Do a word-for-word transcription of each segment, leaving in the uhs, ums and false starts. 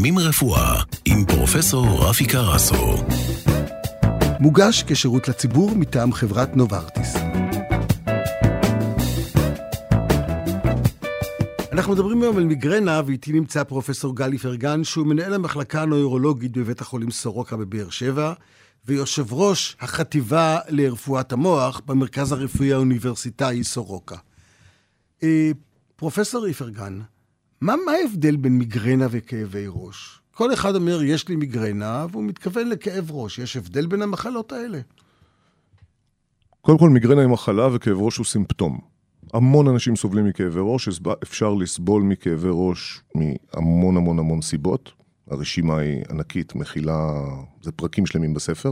שומעים רפואה עם פרופסור רפי קרסו. מוגש כשירות לציבור מטעם חברת נוברטיס. אנחנו מדברים היום על מיגרנה, ואיתי נמצא פרופסור גל איפרגן, שהוא מנהל המחלקה הנוירולוגית בבית החולים סורוקה בבאר שבע, ויושב ראש החטיבה לרפואת המוח במרכז הרפואי האוניברסיטאי סורוקה. פרופסור איפרגן, מה, מה ההבדל בין מיגרנה וכאבי ראש? כל אחד אומר, יש לי מיגרנה, והוא מתכוון לכאב ראש. יש הבדל בין המחלות האלה? קודם כל, מיגרנה היא מחלה וכאב ראש הוא סימפטום. המון אנשים סובלים מכאבי ראש, אפשר לסבול מכאבי ראש מהמון המון המון סיבות. הרשימה היא ענקית, מכילה, זה פרקים שלמים בספר.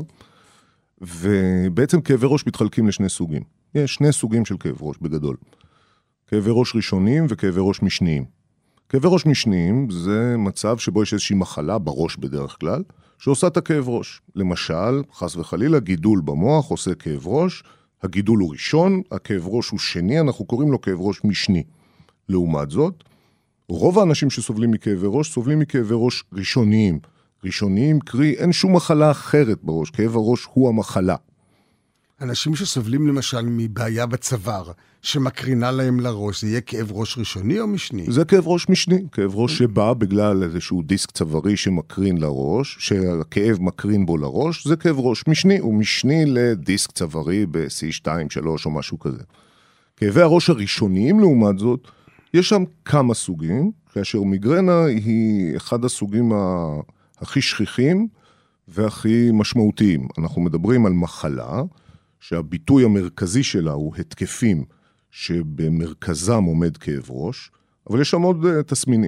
ובעצם כאבי ראש מתחלקים לשני סוגים. יש שני סוגים של כאב ראש בגדול. כאבי ראש ראשוניים וכאבי ראש משניים. כאבי ראש משניים זה מצב שבו יש איזושהי מחלה בראש בדרך כלל, שעושה את הכאב ראש. למשל, חס וחלילה, גידול במוח עושה כאב ראש, הגידול הוא ראשון, הכאב ראש הוא שני, אנחנו קוראים לו כאב ראש משני. לעומת זאת, רוב האנשים שסובלים מכאבי ראש, סובלים מכאבי ראש ראשוניים. ראשוניים, קרי, אין שום מחלה אחרת בראש, כאב הראש הוא המחלה. אנשים שסובלים למשל מבעיה בצוואר, שמקרינה להם לראש, זה יהיה כאב ראש ראשוני או משני? זה כאב ראש משני, כאב ראש שבא בגלל איזשהו דיסק צווארי שמקרין לראש, שהכאב מקרין בו לראש, זה כאב ראש משני, הוא משני לדיסק צווארי ב-סי שתיים שלוש או משהו כזה. כאבי הראש הראשוניים לעומת זאת, יש שם כמה סוגים, כאשר מיגרנה היא אחד הסוגים הכי שכיחים והכי משמעותיים. אנחנו מדברים על מחלה, שהביטוי המרכזי שלה הוא התקפים שבמרכזם עומד כאב ראש, אבל יש שם עוד uh, תסמינים.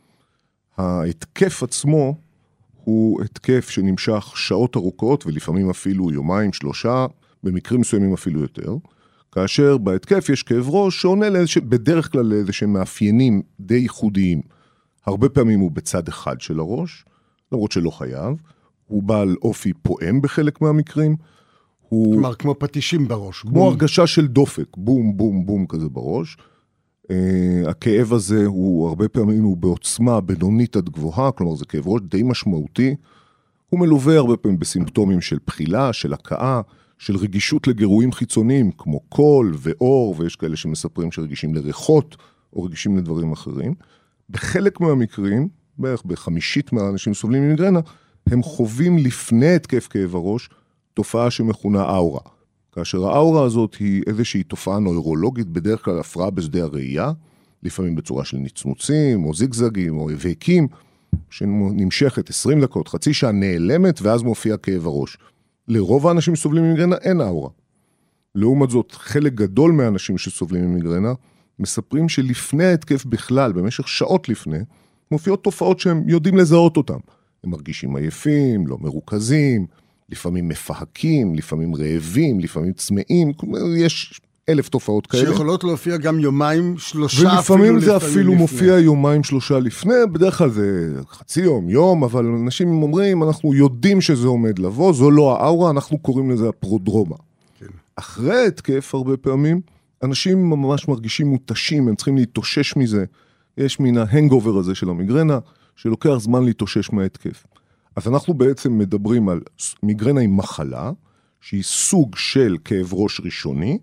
ההתקף עצמו הוא התקף שנמשך שעות ארוכות, ולפעמים אפילו יומיים, שלושה, במקרים מסוימים אפילו יותר, כאשר בהתקף יש כאב ראש שעונה לאיזוש... בדרך כלל לאיזשהם מאפיינים די ייחודיים. הרבה פעמים הוא בצד אחד של הראש, למרות שלא חייב, הוא בעל אופי פועם בחלק מהמקרים, הוא... כלומר, כמו פטישים בראש. כמו בום. הרגשה של דופק, בום, בום, בום כזה בראש. Uh, הכאב הזה הוא הרבה פעמים הוא בעוצמה בינונית עד גבוהה, כלומר זה כאב ראש די משמעותי. הוא מלווה הרבה פעמים בסימפטומים של בחילה, של הקאה, של רגישות לגירויים חיצוניים, כמו קול ואור, ויש כאלה שמספרים שרגישים לריחות, או רגישים לדברים אחרים. בחלק מהמקרים, בערך בחמישית מהאנשים סובלים ממיגרנה, הם חווים לפני התקף כאב הראש, תופעה שמכונה אאורה. כאשר האאורה הזאת היא איזושהי תופעה נוירולוגית, בדרך כלל הפרעה בשדה הראייה, לפעמים בצורה של נצמוצים, או זיגזגים, או הבקים, שנמשכת עשרים דקות, חצי שעה נעלמת, ואז מופיע כאב הראש. לרוב האנשים שסובלים ממיגרנה אין אאורה. לעומת זאת, חלק גדול מהאנשים שסובלים ממיגרנה, מספרים שלפני ההתקף בכלל, במשך שעות לפני, מופיעות תופעות שהם יודעים לזהות אותם. הם מרגישים עייפים, לא מרוכזים, לפעמים מפהקים, לפעמים רעבים, לפעמים צמאים, יש אלף תופעות כאלה. שיכולות להופיע גם יומיים, שלושה ולפעמים זה אפילו לפני. מופיע יומיים, שלושה לפני, בדרך כלל זה חצי יום, יום, אבל אנשים אומרים, אנחנו יודעים שזה עומד לבוא, זו לא האאורה, אנחנו קוראים לזה הפרודרומה. כן. אחרי התקף הרבה פעמים, אנשים ממש מרגישים מותשים, הם צריכים להתאושש מזה, יש מן ההנגובר הזה של המיגרנה, שלוקח זמן להתאושש מההתקף. אז אנחנו בעצם מדברים על מיגרנה עם מחלה, שהיא סוג של כאב ראש ראשוני,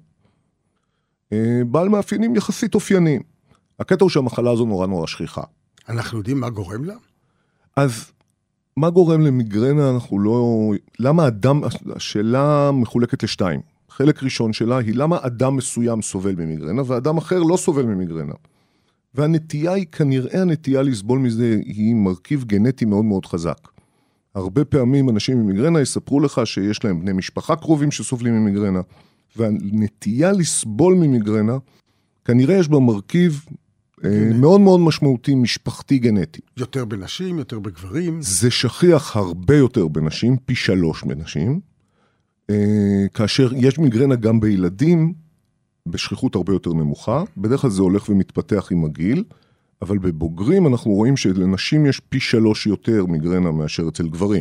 בעל מאפיינים יחסית אופייניים. הקטע הוא שהמחלה הזו נורא נורא שכיחה. אנחנו יודעים מה גורם לה? אז מה גורם למיגרנה? אנחנו לא... למה אדם... השאלה מחולקת לשתיים. חלק ראשון שלה היא למה אדם מסוים סובל ממיגרנה, ואדם אחר לא סובל ממיגרנה. והנטייה היא, כנראה הנטייה לסבול מזה, היא מרכיב גנטי מאוד מאוד חזק. הרבה פעמים אנשים עם מיגרנה יספרו לך שיש להם בני משפחה קרובים שסובלים ממיגרנה, והנטייה לסבול ממיגרנה, כנראה יש בה מרכיב אה, מאוד מאוד משמעותי, משפחתי גנטי. יותר בנשים, יותר בגברים? זה שכיח הרבה יותר בנשים, פי שלוש בנשים, אה, כאשר יש מיגרנה גם בילדים, בשכיחות הרבה יותר נמוכה, בדרך כלל זה הולך ומתפתח עם הגיל, אבל בבוגרים אנחנו רואים שלנשים יש פי שלוש יותר מיגרנה מאשר אצל גברים.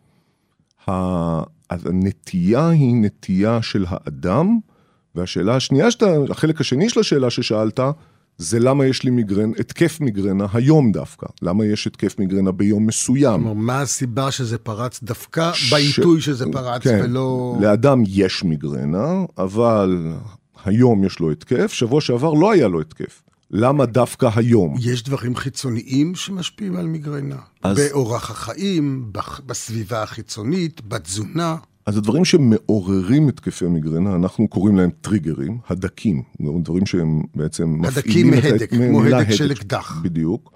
הנטייה היא נטייה של האדם, והשאלה השנייה, החלק השני של השאלה ששאלת, זה למה יש לי מיגרנה, התקף מיגרנה היום דווקא. למה יש התקף מיגרנה ביום מסוים? כלומר, מה הסיבה שזה פרץ דווקא ש... בעיתוי שזה פרץ כן, ולא... לאדם יש מיגרנה, אבל היום יש לו התקף, שבוע שעבר לא היה לו התקף. למה דווקא היום? יש דברים חיצוניים שמשפיעים על מיגרנה. אז... באורח החיים, בסביבה החיצונית, בתזונה. אז הדברים שמעוררים התקפי מיגרנה, אנחנו קוראים להם טריגרים, הדקים, דברים שהם בעצם הדקים מהדק, כמו הדק של אקדח. בדיוק.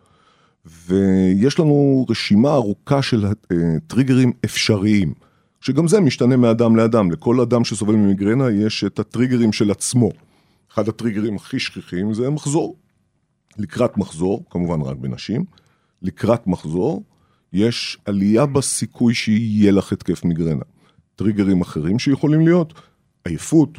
ויש לנו רשימה ארוכה של טריגרים אפשריים, שגם זה משתנה מאדם לאדם. לכל אדם שסובל ממיגרנה יש את הטריגרים של עצמו. אחד הטריגרים הכי שכיחים זה מחזור. לקראת מחזור, כמובן רק בנשים, לקראת מחזור, יש עלייה בסיכוי שיהיה לך התקף מיגרנה. טריגרים אחרים שיכולים להיות, עייפות,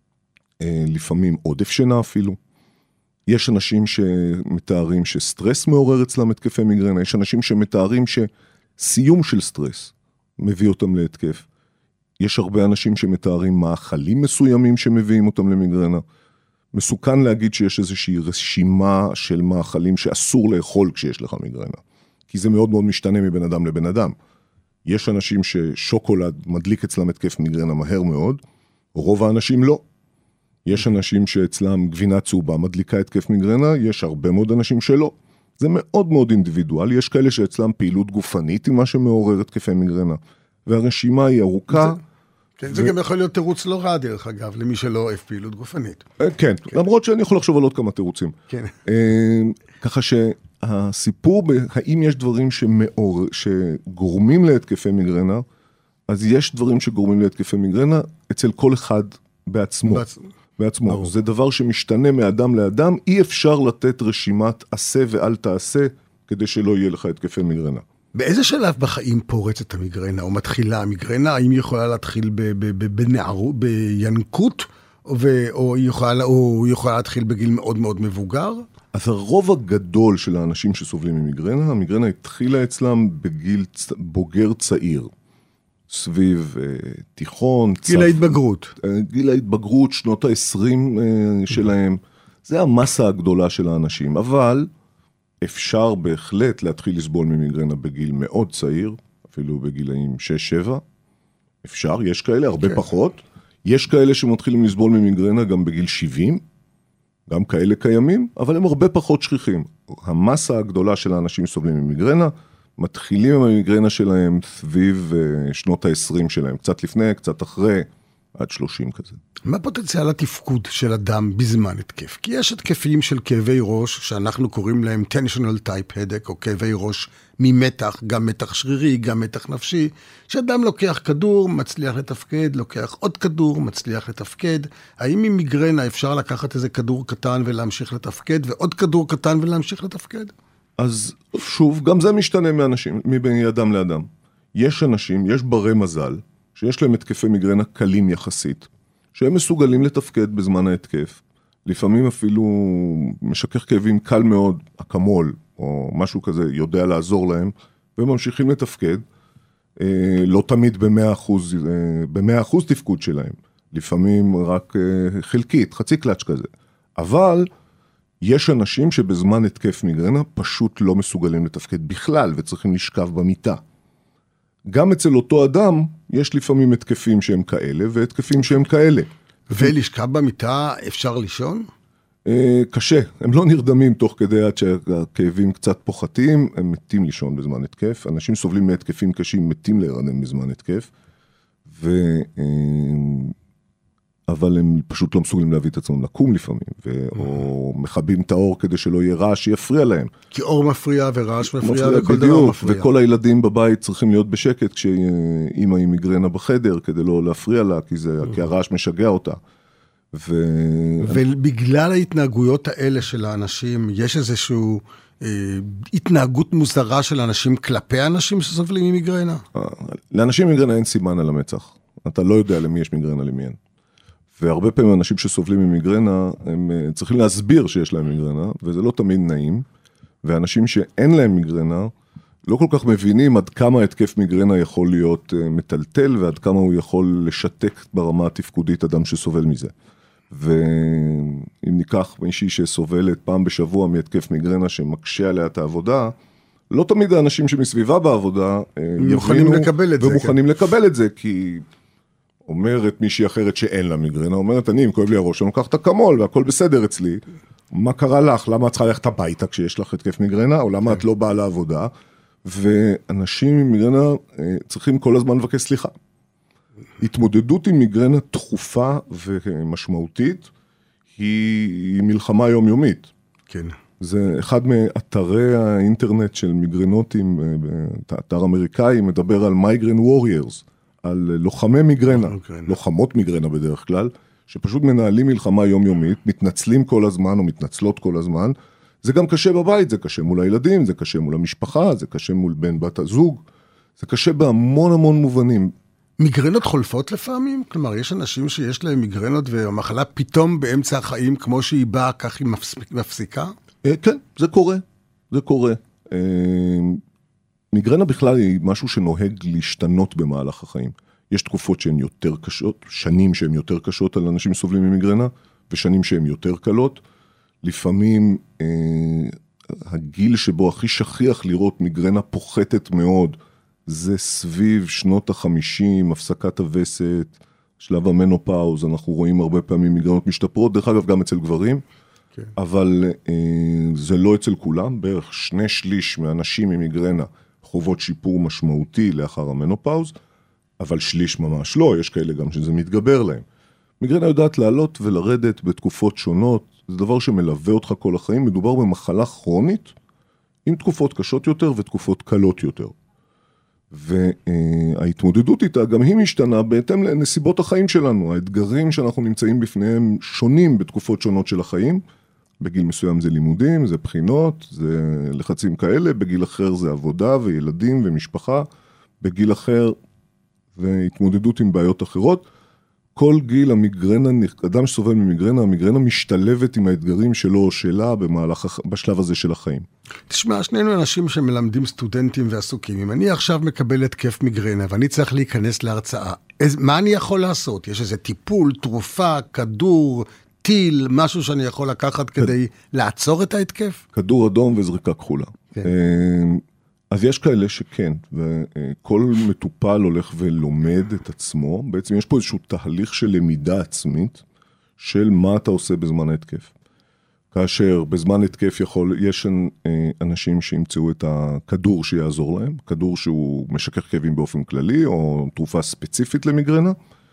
לפעמים עודף שינה אפילו. יש אנשים שמתארים שסטרס מעורר אצלם התקפי מיגרנה, יש אנשים שמתארים שסיום של סטרס מביא אותם להתקף. יש הרבה אנשים שמתארים מאכלים מסוימים שמביאים אותם למיגרנה. מסוכן להגיד שיש איזושהי רשימה של מאכלים שאסור לאכול כשיש לך מיגרנה, כי זה מאוד מאוד משתנה מבין אדם לבין אדם. יש אנשים ששוקולד מדליק אצלם התקף מיגרנה מהר מאוד, רוב האנשים לא. יש אנשים שאצלם גבינה צהובה מדליקה התקף מיגרנה, יש הרבה מאוד אנשים שלא. זה מאוד מאוד אינדיבידואל, יש כאלה שאצלם פעילות גופנית עם מה שמעורר התקפי מיגרנה, והרשימה היא ארוכה. כן, ו... זה גם יכול להיות תירוץ לא רע דרך אגב, למי שלא אוהב פעילות גופנית. כן, כן, למרות שאני יכול לחשוב על עוד כמה תירוצים. כן. ככה שהסיפור, האם יש דברים שמעור... שגורמים להתקפי מיגרנה, אז יש דברים שגורמים להתקפי מיגרנה אצל כל אחד בעצמו. בעצ... בעצמו. ברור. זה דבר שמשתנה מאדם לאדם, אי אפשר לתת רשימת עשה ואל תעשה, כדי שלא יהיה לך התקפי מיגרנה. באיזה שלב בחיים פורצת המיגרנה, או מתחילה המיגרנה? האם היא יכולה להתחיל בנערות, בינקות, או היא יכולה, או היא יכולה להתחיל בגיל מאוד מאוד מבוגר? אז הרוב הגדול של האנשים שסובלים ממיגרנה, המיגרנה התחילה אצלם בגיל בוגר צעיר. סביב אה, תיכון. גיל צף, ההתבגרות. אה, גיל ההתבגרות, שנות ה-עשרים אה, שלהם. זה המסה הגדולה של האנשים. אבל אפשר בהחלט להתחיל לסבול ממיגרנה בגיל מאוד צעיר, אפילו בגילאים שש שבע. אפשר, יש כאלה, הרבה כן. פחות. יש כאלה שמתחילים לסבול ממיגרנה גם בגיל שבעים. גם כאלה קיימים, אבל הם הרבה פחות שכיחים. המסה הגדולה של האנשים סובלים ממיגרנה, מתחילים עם המיגרנה שלהם סביב שנות ה-עשרים שלהם, קצת לפני, קצת אחרי, עד שלושים כזה. מה פוטנציאל התפקוד של אדם בזמן התקף? כי יש התקפים של כאבי ראש, שאנחנו קוראים להם tensional type headache, או כאבי ראש ממתח, גם מתח שרירי, גם מתח נפשי, שאדם לוקח כדור, מצליח לתפקד, לוקח עוד כדור, מצליח לתפקד. האם ממיגרנה אפשר לקחת איזה כדור קטן ולהמשיך לתפקד, ועוד כדור קטן ולהמשיך לתפקד? אז שוב, גם זה משתנה מאנשים, מבין אדם לאדם. יש אנשים, יש ברי מזל, שיש להם התקפי מיגרנה קלים יחסית, שהם מסוגלים לתפקד בזמן ההתקף. לפעמים אפילו משכך כאבים קל מאוד, אקמול, או משהו כזה, יודע לעזור להם, והם ממשיכים לתפקד, אה, לא תמיד במאה אחוז, אה, במאה אחוז תפקוד שלהם. לפעמים רק אה, חלקית, חצי קלאץ' כזה. אבל יש אנשים שבזמן התקף מיגרנה פשוט לא מסוגלים לתפקד בכלל, וצריכים לשכב במיטה. גם אצל אותו אדם יש לפעמים התקפים שהם כאלה, והתקפים שהם כאלה. ולשכב במיטה אפשר לישון? אה, קשה, הם לא נרדמים תוך כדי עד שהכאבים קצת פוחתים, הם מתים לישון בזמן התקף. אנשים סובלים מהתקפים קשים, מתים להירדם בזמן התקף, ו... אה, אבל הם פשוט לא מסוגלים להביא את עצמם לקום לפעמים, ו... או מכבים את האור כדי שלא יהיה רעש שיפריע להם. כי אור מפריע ורעש מפריע, מפריע וכל דבר מפריע. וכל הילדים בבית צריכים להיות בשקט כשאמא היא מיגרנה בחדר, כדי לא להפריע לה, כי, זה... כי הרעש משגע אותה. ו... ובגלל ההתנהגויות האלה של האנשים, יש איזשהו אה, התנהגות מוזרה של האנשים כלפי האנשים שסובלים ממיגרנה? לאנשים מיגרנה אין סימן על המצח. אתה לא יודע למי יש מיגרנה למי אין. והרבה פעמים אנשים שסובלים ממיגרנה, הם צריכים להסביר שיש להם מיגרנה, וזה לא תמיד נעים, ואנשים שאין להם מיגרנה, לא כל כך מבינים עד כמה התקף מיגרנה יכול להיות מטלטל, ועד כמה הוא יכול לשתק ברמה התפקודית אדם שסובל מזה. ואם ניקח מישהי שסובלת פעם בשבוע מהתקף מיגרנה שמקשה עליה את העבודה, לא תמיד האנשים שמסביבה בעבודה מוכנים לקבל את זה. ומוכנים לקבל את זה, כי אומרת מישהי אחרת שאין לה מיגרנה, אומרת, אני, אם כואב לי הראש, אני לוקח את הקמול והכל בסדר אצלי. מה קרה לך? למה את צריכה ללכת הביתה כשיש לך התקף מיגרנה? או למה את לא באה לעבודה? ואנשים עם מיגרנה צריכים כל הזמן לבקש סליחה. התמודדות עם מיגרנה תכופה ומשמעותית היא מלחמה יומיומית. כן. זה אחד מאתרי האינטרנט של מיגרנוטים, אתר אמריקאי, מדבר על migraine warriors, על לוחמי מיגרנה, לוחמות מיגרנה בדרך כלל, שפשוט מנהלים מלחמה יומיומית, מתנצלים כל הזמן או מתנצלות כל הזמן. זה גם קשה בבית, זה קשה מול הילדים, זה קשה מול המשפחה, זה קשה מול בן בת הזוג, זה קשה בהמון המון מובנים. מיגרנות חולפות לפעמים? כלומר, יש אנשים שיש להם מיגרנות והמחלה פתאום באמצע החיים, כמו שהיא באה, כך היא מפסיקה? כן, זה קורה, זה קורה. מיגרנה בכלל היא משהו שנוהג להשתנות במהלך החיים. יש תקופות שהן יותר קשות, שנים שהן יותר קשות על אנשים סובלים ממיגרנה, ושנים שהן יותר קלות. לפעמים אה, הגיל שבו הכי שכיח לראות מיגרנה פוחתת מאוד, זה סביב שנות החמישים, הפסקת הווסת, שלב המנופאוז, אנחנו רואים הרבה פעמים מיגרנות משתפרות, דרך אגב גם אצל גברים, okay. אבל אה, זה לא אצל כולם, בערך שני שליש מהאנשים עם מיגרנה חוות שיפור משמעותי לאחר המנופאוז, אבל שליש ממש לא, יש כאלה גם שזה מתגבר להם. מיגרנה יודעת לעלות ולרדת בתקופות שונות, זה דבר שמלווה אותך כל החיים, מדובר במחלה כרונית, עם תקופות קשות יותר ותקופות קלות יותר. וההתמודדות איתה גם היא משתנה בהתאם לנסיבות החיים שלנו, האתגרים שאנחנו נמצאים בפניהם שונים בתקופות שונות של החיים, בגיל מסוים זה לימודים, זה בחינות, זה לחצים כאלה, בגיל אחר זה עבודה וילדים ומשפחה, בגיל אחר והתמודדות עם בעיות אחרות. כל גיל המיגרנה, אדם שסובל ממיגרנה, המיגרנה משתלבת עם האתגרים שלו או שלה במהלך, בשלב הזה של החיים. תשמע, שנינו אנשים שמלמדים סטודנטים ועסוקים. אם אני עכשיו מקבל התקף מיגרנה ואני צריך להיכנס להרצאה, אז מה אני יכול לעשות? יש איזה טיפול, תרופה, כדור, טיל, משהו שאני יכול לקחת כדי לעצור את ההתקף? כדור אדום וזריקה כחולה. כן. אז יש כאלה שכן, וכל מטופל הולך ולומד את עצמו, בעצם יש פה איזשהו תהליך של למידה עצמית, של מה אתה עושה בזמן ההתקף. כאשר בזמן התקף יכול, יש אנשים שימצאו את הכדור שיעזור להם, כדור שהוא משכך כאבים באופן כללי, או תרופה ספציפית למיגרנה.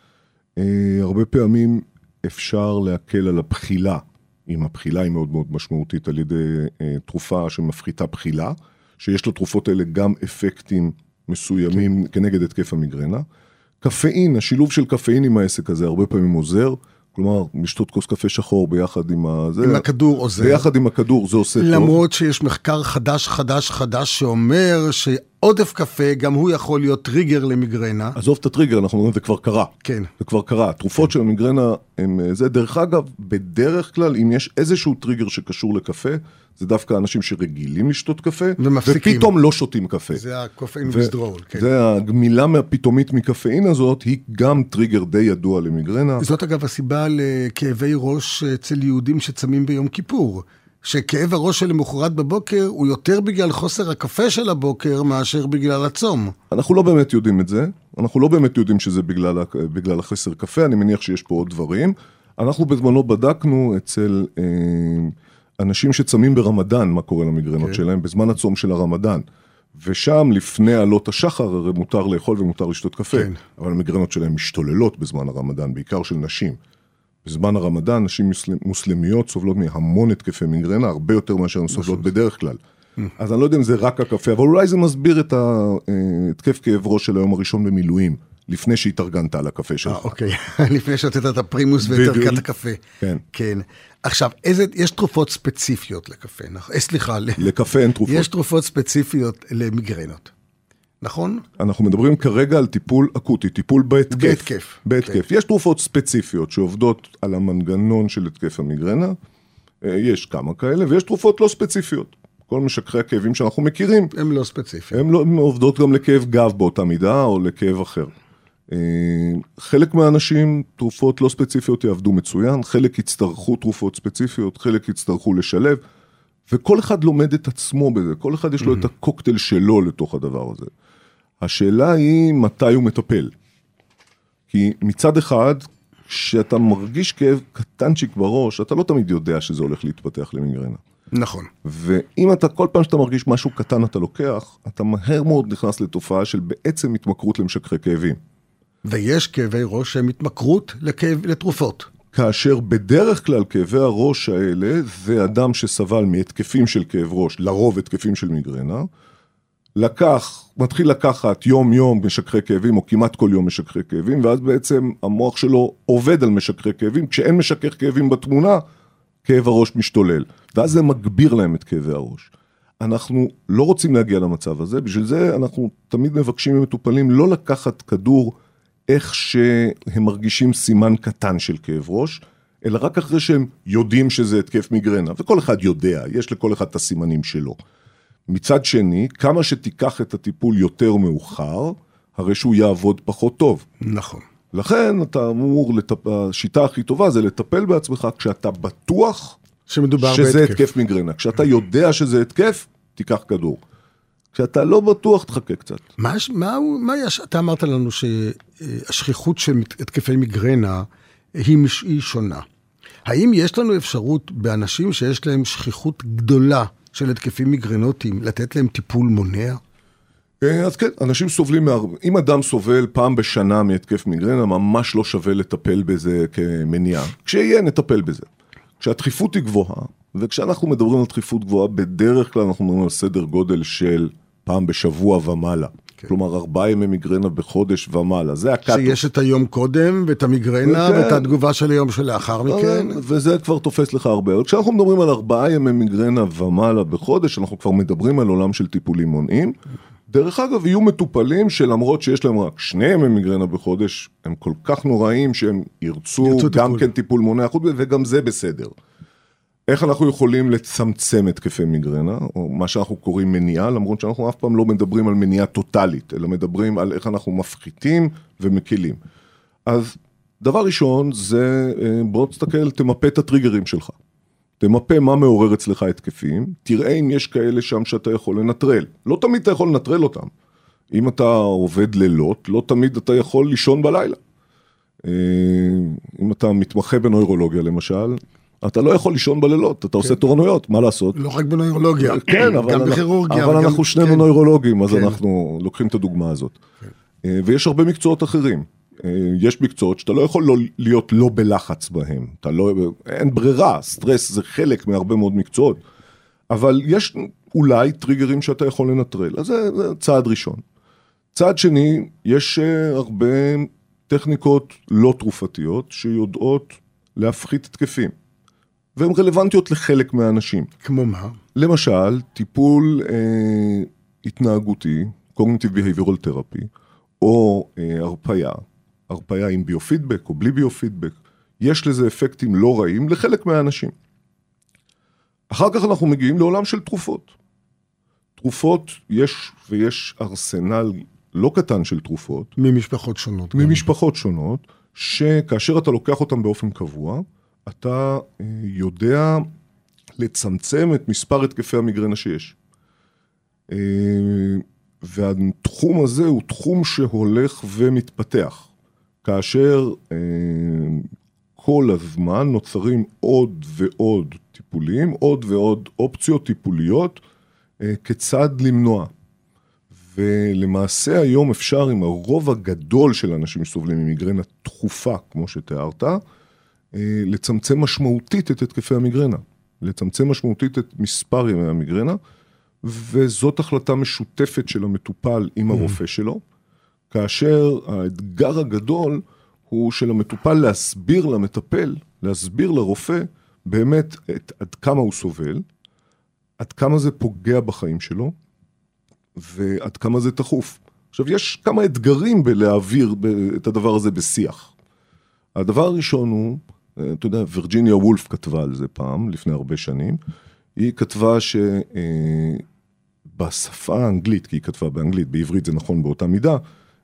הרבה פעמים אפשר להקל על הבחילה, אם הבחילה היא מאוד מאוד משמעותית על ידי תרופה שמפחיתה בחילה, שיש לתרופות האלה גם אפקטים מסוימים כנגד התקף המיגרנה. קפאין, השילוב של קפאין עם העסק הזה הרבה פעמים עוזר, כלומר, משתות כוס קפה שחור ביחד עם הזה. עם הכדור עוזר. ביחד עם הכדור, זה עושה טוב. למרות שיש מחקר חדש, חדש, חדש, שאומר שעודף קפה, גם הוא יכול להיות טריגר למיגרנה. עזוב את הטריגר, אנחנו אומרים, זה כבר קרה. כן. זה כבר קרה. התרופות של המיגרנה, הם, זה דרך אגב, בדרך כלל, אם יש איזשהו טריגר שקשור לקפה, זה דווקא אנשים שרגילים לשתות קפה, ומפסיקים. ופתאום לא שותים קפה. זה הקופאין וסדרול. כן. זה הגמילה מהפתאומית מקפאין הזאת, היא גם טריגר די ידוע למיגרנה. זאת אגב הסיבה לכאבי ראש אצל יהודים שצמים ביום כיפור. שכאב הראש של למחרת בבוקר הוא יותר בגלל חוסר הקפה של הבוקר מאשר בגלל הצום. אנחנו לא באמת יודעים את זה. אנחנו לא באמת יודעים שזה בגלל, בגלל החסר קפה. אני מניח שיש פה עוד דברים. אנחנו בזמנו בדקנו אצל אה, אנשים שצמים ברמדאן, מה קורה למיגרנות okay. שלהם, בזמן הצום של הרמדאן. ושם לפני עלות השחר הרי מותר לאכול ומותר לשתות קפה. כן. אבל המיגרנות שלהם משתוללות בזמן הרמדאן, בעיקר של נשים. בזמן הרמדאן, נשים מוסלמיות סובלות מהמון התקפי מיגרנה, הרבה יותר מאשר הן סובלות בדרך כלל. אז אני לא יודע אם זה רק הקפה, אבל אולי זה מסביר את התקף כאב ראש של היום הראשון במילואים, לפני שהתארגנת על הקפה שלך. אוקיי, לפני שתת את הפרימוס והתארגנת הקפה. כן. כן. עכשיו, יש תרופות ספציפיות לקפה, סליחה. לקפה אין תרופות. יש תרופות ספציפיות למיגרנות. נכון? אנחנו מדברים כרגע על טיפול אקוטי, טיפול בהתקף. בהתקף. בהתקף. יש תרופות ספציפיות שעובדות על המנגנון של התקף המיגרנה, יש כמה כאלה, ויש תרופות לא ספציפיות. כל משככי הכאבים שאנחנו מכירים. הם לא ספציפיים. הם, לא, הם עובדות גם לכאב גב באותה מידה, או לכאב אחר. חלק מהאנשים, תרופות לא ספציפיות יעבדו מצוין, חלק יצטרכו תרופות ספציפיות, חלק יצטרכו לשלב, וכל אחד לומד את עצמו בזה, כל אחד יש לו את הקוקטייל שלו לתוך הדבר הזה. השאלה היא מתי הוא מטפל. כי מצד אחד, כשאתה מרגיש כאב קטנצ'יק בראש, אתה לא תמיד יודע שזה הולך להתפתח למיגרנה. נכון. ואם אתה, כל פעם שאתה מרגיש משהו קטן אתה לוקח, אתה מהר מאוד נכנס לתופעה של בעצם התמכרות למשככי כאבים. ויש כאבי ראש שהם התמכרות לכאב, לתרופות. כאשר בדרך כלל כאבי הראש האלה, זה אדם שסבל מהתקפים של כאב ראש, לרוב התקפים של מיגרנה, לקח, מתחיל לקחת יום יום משככי כאבים, או כמעט כל יום משככי כאבים, ואז בעצם המוח שלו עובד על משככי כאבים, כשאין משכך כאבים בתמונה, כאב הראש משתולל, ואז זה מגביר להם את כאבי הראש. אנחנו לא רוצים להגיע למצב הזה, בשביל זה אנחנו תמיד מבקשים ממטופלים לא לקחת כדור איך שהם מרגישים סימן קטן של כאב ראש, אלא רק אחרי שהם יודעים שזה התקף מיגרנה, וכל אחד יודע, יש לכל אחד את הסימנים שלו. מצד שני, כמה שתיקח את הטיפול יותר מאוחר, הרי שהוא יעבוד פחות טוב. נכון. לכן אתה אמור, לטפ... השיטה הכי טובה זה לטפל בעצמך כשאתה בטוח שמדובר שזה בהתקף. התקף מיגרנה. כשאתה יודע שזה התקף, תיקח כדור. כשאתה לא בטוח, תחכה קצת. מה, מה, מה יש? אתה אמרת לנו שהשכיחות של התקפי מיגרנה היא, היא שונה. האם יש לנו אפשרות באנשים שיש להם שכיחות גדולה של התקפים מיגרנוטיים, לתת להם טיפול מונע? אז כן, אנשים סובלים מהרבה. אם אדם סובל פעם בשנה מהתקף מיגרנה, ממש לא שווה לטפל בזה כמניעה. כשיהיה, נטפל בזה. כשהדחיפות היא גבוהה, וכשאנחנו מדברים על דחיפות גבוהה, בדרך כלל אנחנו מדברים על סדר גודל של פעם בשבוע ומעלה. כן. כלומר, ארבעה ימי מיגרנה בחודש ומעלה. זה הקאטו. שיש את היום קודם, ואת המיגרנה, וכן. ואת התגובה של היום שלאחר מכן. וזה כבר תופס לך הרבה. כשאנחנו מדברים על ארבעה ימי מיגרנה ומעלה בחודש, אנחנו כבר מדברים על עולם של טיפולים מונעים. דרך אגב, יהיו מטופלים שלמרות שיש להם רק שני ימי מיגרנה בחודש, הם כל כך נוראים שהם ירצו, ירצו גם טיפול. כן טיפול מונע, וגם זה בסדר. איך אנחנו יכולים לצמצם התקפי מיגרנה, או מה שאנחנו קוראים מניעה, למרות שאנחנו אף פעם לא מדברים על מניעה טוטלית, אלא מדברים על איך אנחנו מפחיתים ומקילים. אז דבר ראשון זה, בוא תסתכל, תמפה את הטריגרים שלך. תמפה מה מעורר אצלך התקפים, תראה אם יש כאלה שם שאתה יכול לנטרל. לא תמיד אתה יכול לנטרל אותם. אם אתה עובד לילות, לא תמיד אתה יכול לישון בלילה. אם אתה מתמחה בנוירולוגיה למשל, אתה לא יכול לישון בלילות, אתה עושה תורנויות, מה לעשות? לא רק בנוירולוגיה, כן, גם בכירורגיה. אבל אנחנו שנינו נוירולוגים, אז אנחנו לוקחים את הדוגמה הזאת. ויש הרבה מקצועות אחרים. יש מקצועות שאתה לא יכול להיות לא בלחץ בהם. אתה לא, אין ברירה, סטרס זה חלק מהרבה מאוד מקצועות. אבל יש אולי טריגרים שאתה יכול לנטרל. אז זה, זה צעד ראשון. צעד שני, יש הרבה טכניקות לא תרופתיות שיודעות להפחית התקפים. והן רלוונטיות לחלק מהאנשים. כמו מה? למשל, טיפול אה, התנהגותי, Cognitive Behavioral Therapy, או אה, הרפיה, הרפיה עם ביופידבק או בלי ביופידבק, יש לזה אפקטים לא רעים לחלק מהאנשים. אחר כך אנחנו מגיעים לעולם של תרופות. תרופות, יש ויש ארסנל לא קטן של תרופות. ממשפחות שונות. ממשפחות שונות, שכאשר אתה לוקח אותם באופן קבוע, אתה יודע לצמצם את מספר התקפי המיגרנה שיש. והתחום הזה הוא תחום שהולך ומתפתח. כאשר כל הזמן נוצרים עוד ועוד טיפולים, עוד ועוד אופציות טיפוליות, כיצד למנוע. ולמעשה היום אפשר עם הרוב הגדול של אנשים שסובלים ממיגרנה תכופה, כמו שתיארת, לצמצם משמעותית את התקפי המיגרנה. לצמצם משמעותית את מספר ימי המיגרנה, וזאת החלטה משותפת של המטופל עם הרופא שלו, כאשר האתגר הגדול הוא של המטופל להסביר למטפל, להסביר לרופא באמת את, עד כמה הוא סובל, עד כמה זה פוגע בחיים שלו, ועד כמה זה תחוף. עכשיו, יש כמה אתגרים בלהעביר את הדבר הזה בשיח. הדבר הראשון הוא, אתה יודע, וירג'יניה וולף כתבה על זה פעם, לפני הרבה שנים, היא כתבה שבשפה האנגלית, כי היא כתבה באנגלית, בעברית זה נכון באותה מידה,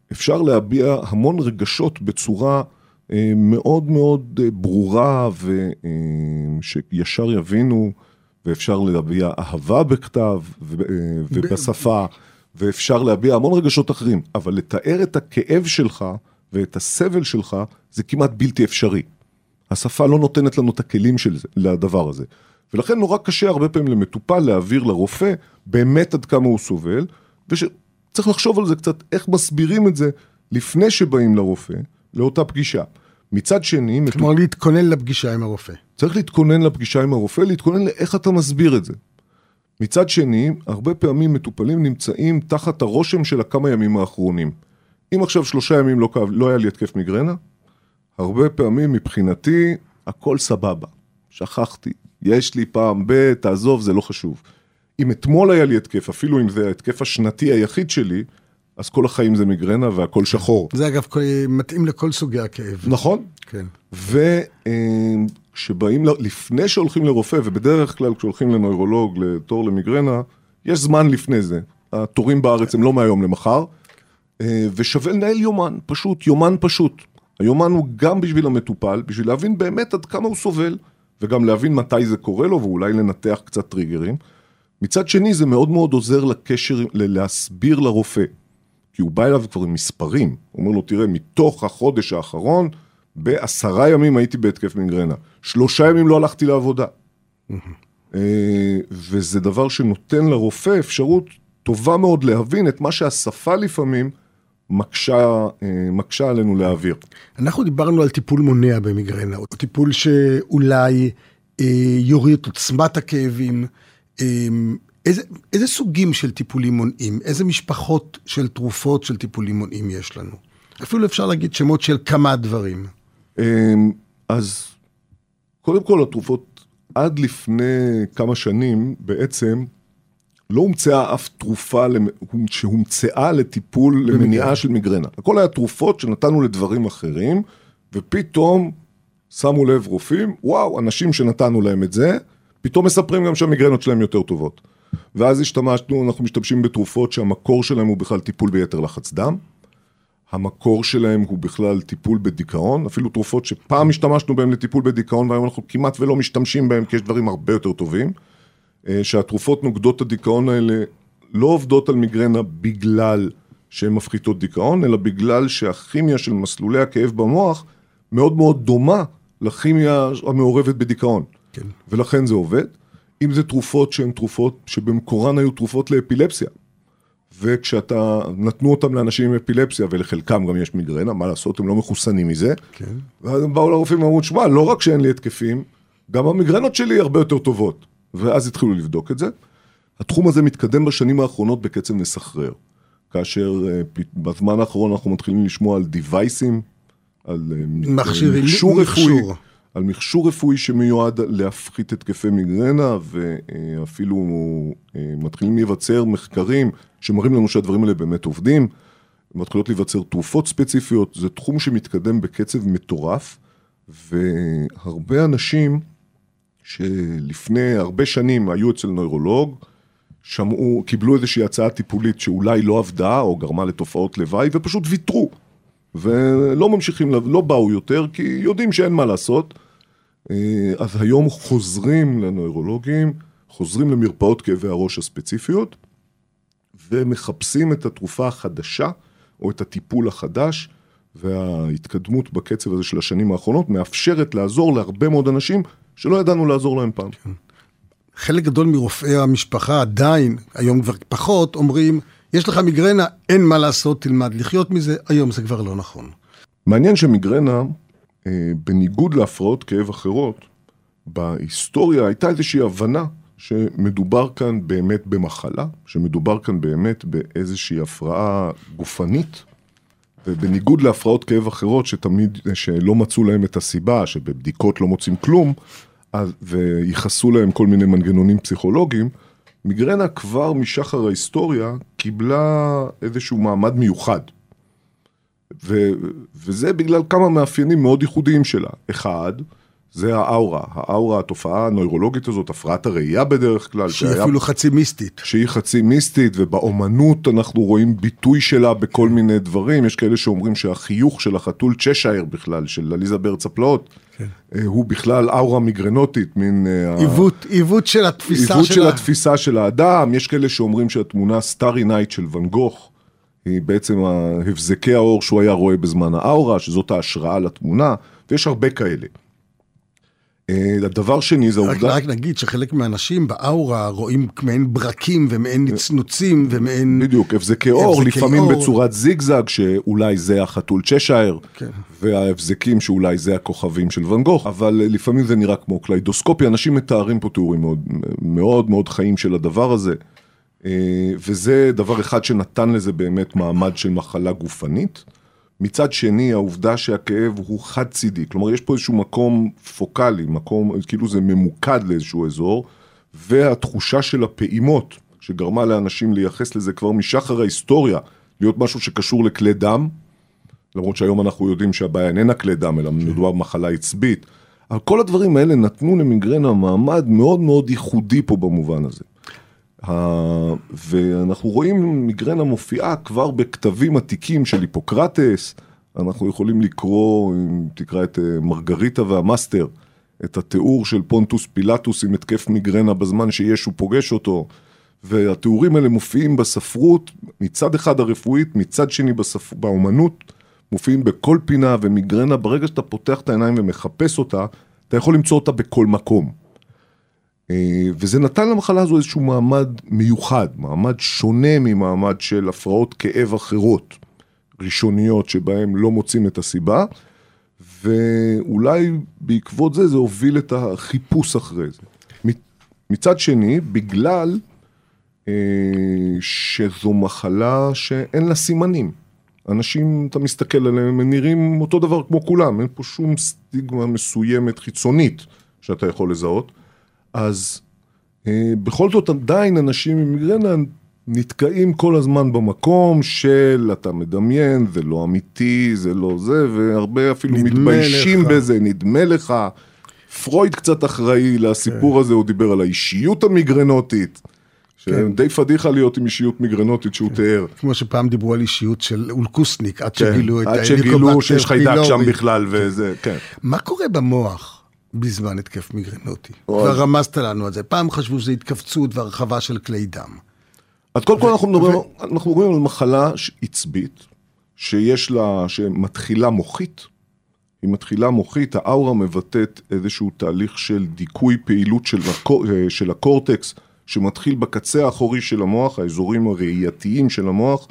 אפשר להביע המון רגשות בצורה אה, מאוד מאוד אה, ברורה, ושישר אה, יבינו, ואפשר להביע אהבה בכתב ו, אה, ובשפה, ואפשר להביע המון רגשות אחרים, אבל לתאר את הכאב שלך ואת הסבל שלך, זה כמעט בלתי אפשרי. השפה לא נותנת לנו את הכלים של זה, לדבר הזה. ולכן נורא קשה הרבה פעמים למטופל להעביר לרופא באמת עד כמה הוא סובל, וצריך לחשוב על זה קצת, איך מסבירים את זה לפני שבאים לרופא, לאותה פגישה. מצד שני... כלומר, מטופ... להתכונן לפגישה עם הרופא. צריך להתכונן לפגישה עם הרופא, להתכונן לאיך אתה מסביר את זה. מצד שני, הרבה פעמים מטופלים נמצאים תחת הרושם של הכמה ימים האחרונים. אם עכשיו שלושה ימים לא, לא היה לי התקף מיגרנה, הרבה פעמים מבחינתי, הכל סבבה. שכחתי. יש לי פעם ב, תעזוב, זה לא חשוב. אם אתמול היה לי התקף, אפילו אם זה התקף השנתי היחיד שלי, אז כל החיים זה מיגרנה והכל שחור. זה אגב מתאים לכל סוגי הכאב. נכון. כן. וכשבאים, לפני שהולכים לרופא, ובדרך כלל כשהולכים לנוירולוג, לתור למיגרנה, יש זמן לפני זה. התורים בארץ הם לא מהיום למחר, ושווה לנהל יומן, פשוט, יומן פשוט. היומן הוא גם בשביל המטופל, בשביל להבין באמת עד כמה הוא סובל, וגם להבין מתי זה קורה לו, ואולי לנתח קצת טריגרים. מצד שני, זה מאוד מאוד עוזר לקשר, להסביר לרופא, כי הוא בא אליו כבר עם מספרים. הוא אומר לו, תראה, מתוך החודש האחרון, בעשרה ימים הייתי בהתקף מיגרנה. שלושה ימים לא הלכתי לעבודה. וזה דבר שנותן לרופא אפשרות טובה מאוד להבין את מה שהשפה לפעמים מקשה, מקשה עלינו להעביר. אנחנו דיברנו על טיפול מונע במיגרנה, או טיפול שאולי יוריד את עוצמת הכאבים. איזה, איזה סוגים של טיפולים מונעים? איזה משפחות של תרופות של טיפולים מונעים יש לנו? אפילו אפשר להגיד שמות של כמה דברים. אז קודם כל התרופות עד לפני כמה שנים בעצם לא הומצאה אף תרופה שהומצאה לטיפול למניעה של מיגרנה. הכל היה תרופות שנתנו לדברים אחרים, ופתאום שמו לב רופאים, וואו, אנשים שנתנו להם את זה, פתאום מספרים גם שהמיגרנות שלהם יותר טובות. ואז השתמשנו, אנחנו משתמשים בתרופות שהמקור שלהם הוא בכלל טיפול ביתר לחץ דם, המקור שלהם הוא בכלל טיפול בדיכאון, אפילו תרופות שפעם השתמשנו בהם לטיפול בדיכאון, והיום אנחנו כמעט ולא משתמשים בהם, כי יש דברים הרבה יותר טובים, שהתרופות נוגדות הדיכאון האלה לא עובדות על מיגרנה בגלל שהן מפחיתות דיכאון, אלא בגלל שהכימיה של מסלולי הכאב במוח מאוד מאוד דומה לכימיה המעורבת בדיכאון. כן. ולכן זה עובד. אם זה תרופות שהן תרופות שבמקורן היו תרופות לאפילפסיה, וכשאתה נתנו אותם לאנשים עם אפילפסיה, ולחלקם גם יש מיגרנה, מה לעשות, הם לא מחוסנים מזה. כן. ואז הם באו לרופאים ואמרו, שמע, לא רק שאין לי התקפים, גם המיגרנות שלי הרבה יותר טובות. ואז התחילו לבדוק את זה. התחום הזה מתקדם בשנים האחרונות בקצב מסחרר. כאשר בזמן האחרון אנחנו מתחילים לשמוע על דיווייסים, על מכשירים, מכשור רפואי, על מכשור רפואי שמיועד להפחית התקפי מיגרנה, ואפילו מתחילים להיווצר מחקרים שמראים לנו שהדברים האלה באמת עובדים, מתחילות להיווצר תרופות ספציפיות, זה תחום שמתקדם בקצב מטורף, והרבה אנשים שלפני הרבה שנים היו אצל נוירולוג, שמעו, קיבלו איזושהי הצעה טיפולית שאולי לא עבדה או גרמה לתופעות לוואי, ופשוט ויתרו. ולא ממשיכים, לא באו יותר, כי יודעים שאין מה לעשות. אז היום חוזרים לנוירולוגים, חוזרים למרפאות כאבי הראש הספציפיות, ומחפשים את התרופה החדשה, או את הטיפול החדש, וההתקדמות בקצב הזה של השנים האחרונות, מאפשרת לעזור להרבה מאוד אנשים, שלא ידענו לעזור להם פעם. חלק גדול מרופאי המשפחה עדיין, היום כבר פחות, אומרים, יש לך מיגרנה, אין מה לעשות, תלמד לחיות מזה, היום זה כבר לא נכון. מעניין שמיגרנה, בניגוד להפרעות כאב אחרות, בהיסטוריה הייתה איזושהי הבנה שמדובר כאן באמת במחלה, שמדובר כאן באמת באיזושהי הפרעה גופנית, ובניגוד להפרעות כאב אחרות שתמיד, שלא מצאו להם את הסיבה, שבבדיקות לא מוצאים כלום, וייחסו להם כל מיני מנגנונים פסיכולוגיים, מיגרנה כבר משחר ההיסטוריה קיבלה איזשהו מעמד מיוחד. ו, וזה בגלל כמה מאפיינים מאוד ייחודיים שלה. אחד, זה האורה, האורה, התופעה הנוירולוגית הזאת, הפרעת הראייה בדרך כלל. שהיא שהיה, אפילו חצי מיסטית. שהיא חצי מיסטית, ובאומנות אנחנו רואים ביטוי שלה בכל מיני דברים. יש כאלה שאומרים שהחיוך של החתול צ'שייר בכלל, של עליזה בארץ הפלאות, כן. הוא בכלל אורה מיגרנוטית, מין... עיוות, ה... עיוות של התפיסה עיוות של, של ה... התפיסה של האדם. יש כאלה שאומרים שהתמונה סטארי נייט של ואן גוך, היא בעצם הבזקי האור שהוא היה רואה בזמן האורה, שזאת ההשראה לתמונה, ויש הרבה כאלה. הדבר שני זה העובדה... רק נגיד שחלק מהאנשים באורה רואים מעין ברקים ומעין נצנוצים ומעין... בדיוק, הבזקי אור, לפעמים בצורת זיגזג, שאולי זה החתול צ'שייר, וההבזקים שאולי זה הכוכבים של ואן גוך, אבל לפעמים זה נראה כמו קליידוסקופי, אנשים מתארים פה תיאורים מאוד מאוד מאוד חיים של הדבר הזה, וזה דבר אחד שנתן לזה באמת מעמד של מחלה גופנית. מצד שני, העובדה שהכאב הוא חד צידי, כלומר יש פה איזשהו מקום פוקלי, מקום, כאילו זה ממוקד לאיזשהו אזור, והתחושה של הפעימות, שגרמה לאנשים לייחס לזה כבר משחר ההיסטוריה, להיות משהו שקשור לכלי דם, למרות שהיום אנחנו יודעים שהבעיה איננה כלי דם, אלא מדובר במחלה עצבית, אבל כל הדברים האלה נתנו למיגרנה מעמד מאוד מאוד ייחודי פה במובן הזה. ואנחנו רואים מיגרנה מופיעה כבר בכתבים עתיקים של היפוקרטס, אנחנו יכולים לקרוא, אם תקרא את מרגריטה והמאסטר, את התיאור של פונטוס פילטוס עם התקף מיגרנה בזמן שישו פוגש אותו, והתיאורים האלה מופיעים בספרות, מצד אחד הרפואית, מצד שני בספ... באומנות, מופיעים בכל פינה, ומיגרנה ברגע שאתה פותח את העיניים ומחפש אותה, אתה יכול למצוא אותה בכל מקום. וזה נתן למחלה הזו איזשהו מעמד מיוחד, מעמד שונה ממעמד של הפרעות כאב אחרות, ראשוניות שבהם לא מוצאים את הסיבה, ואולי בעקבות זה זה הוביל את החיפוש אחרי זה. מצד שני, בגלל שזו מחלה שאין לה סימנים. אנשים, אתה מסתכל עליהם, הם נראים אותו דבר כמו כולם, אין פה שום סטיגמה מסוימת חיצונית שאתה יכול לזהות. אז אה, בכל זאת עדיין אנשים עם מיגרנה נתקעים כל הזמן במקום של אתה מדמיין, זה לא אמיתי, זה לא זה, והרבה אפילו מתביישים לך. בזה, נדמה לך. פרויד קצת אחראי לסיפור כן. הזה, הוא דיבר על האישיות המיגרנוטית, שדי פדיחה להיות עם אישיות מיגרנוטית שהוא תיאר. כמו שפעם דיברו על אישיות של אולקוסניק, עד שגילו את עד שגילו שיש חיידק שם בכלל וזה, כן. מה קורה במוח בזמן התקף מיגרנוטי? כבר רמזת לנו על זה. פעם חשבו שזה התכווצות והרחבה של כלי דם. אז קודם כל אנחנו מדברים, אנחנו מדברים על מחלה עצבית, שיש לה, שמתחילה מוחית. היא מתחילה מוחית, האורה מבטאת איזשהו תהליך של דיכוי פעילות של, של הקורטקס, שמתחיל בקצה האחורי של המוח, האזורים הראייתיים של המוח,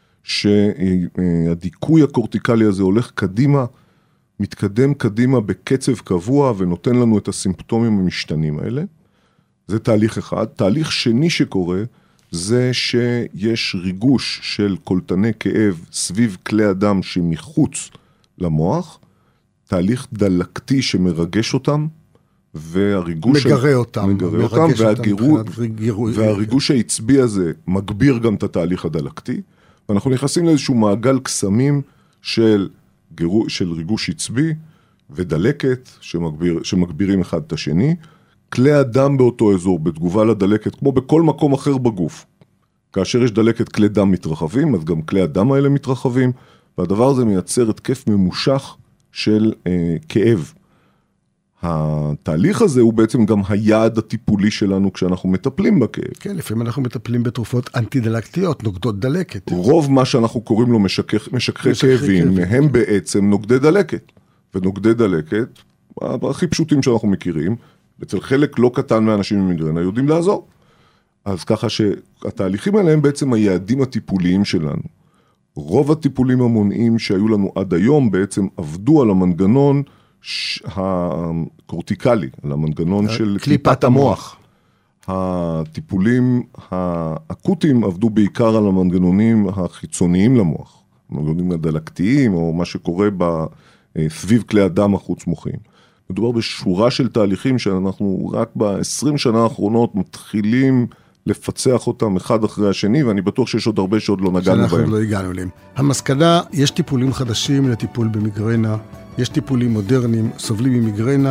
שהדיכוי הקורטיקלי הזה הולך קדימה, מתקדם קדימה בקצב קבוע, ונותן לנו את הסימפטומים המשתנים האלה. זה תהליך אחד. תהליך שני שקורה, זה שיש ריגוש של קולטני כאב סביב כלי הדם שמחוץ למוח, תהליך דלקתי שמרגש אותם, והריגוש מגרה אותם, מגרה אותם, והגירו, והריגוש העצבי הזה מגביר גם את התהליך הדלקתי, ואנחנו נכנסים לאיזשהו מעגל קסמים של, גירו, של ריגוש עצבי ודלקת שמגביר, שמגבירים אחד את השני, כלי הדם באותו אזור בתגובה לדלקת, כמו בכל מקום אחר בגוף. כאשר יש דלקת כלי דם מתרחבים, אז גם כלי הדם האלה מתרחבים, והדבר הזה מייצר התקף ממושך של אה, כאב. התהליך הזה הוא בעצם גם היעד הטיפולי שלנו כשאנחנו מטפלים בכאב. כן, לפעמים אנחנו מטפלים בתרופות אנטי-דלקתיות, נוגדות דלקת. רוב מה שאנחנו קוראים לו משככי, משככי כאבים, הם בעצם נוגדי דלקת. ונוגדי דלקת, הכי פשוטים שאנחנו מכירים, אצל חלק לא קטן מהאנשים עם מיגרנה יודעים לעזור. אז ככה שהתהליכים האלה הם בעצם היעדים הטיפוליים שלנו. רוב הטיפולים המונעים שהיו לנו עד היום בעצם עבדו על המנגנון הקורטיקלי, על המנגנון של קליפת המוח. הטיפולים האקוטיים עבדו בעיקר על המנגנונים החיצוניים למוח, המנגנונים הדלקתיים או מה שקורה סביב כלי הדם החוץ מוחיים. מדובר בשורה של תהליכים שאנחנו רק ב-עשרים שנה האחרונות מתחילים לפצח אותם אחד אחרי השני, ואני בטוח שיש עוד הרבה שעוד לא נגענו בהם. שאנחנו לא הגענו להם. המסקנה, יש טיפולים חדשים לטיפול במיגרנה, יש טיפולים מודרניים, סובלים ממיגרנה,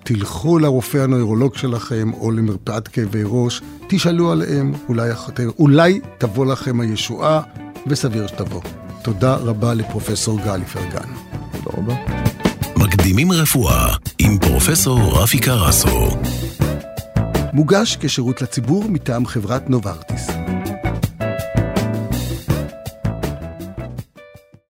תלכו לרופא הנוירולוג שלכם או למרפאת כאבי ראש, תשאלו עליהם, אולי, אולי תבוא לכם הישועה, וסביר שתבוא. תודה רבה לפרופסור גל איפרגן. תודה רבה. מקדימים רפואה עם פרופסור רפי קרסו. מוגש כשירות לציבור מטעם חברת נוברטיס.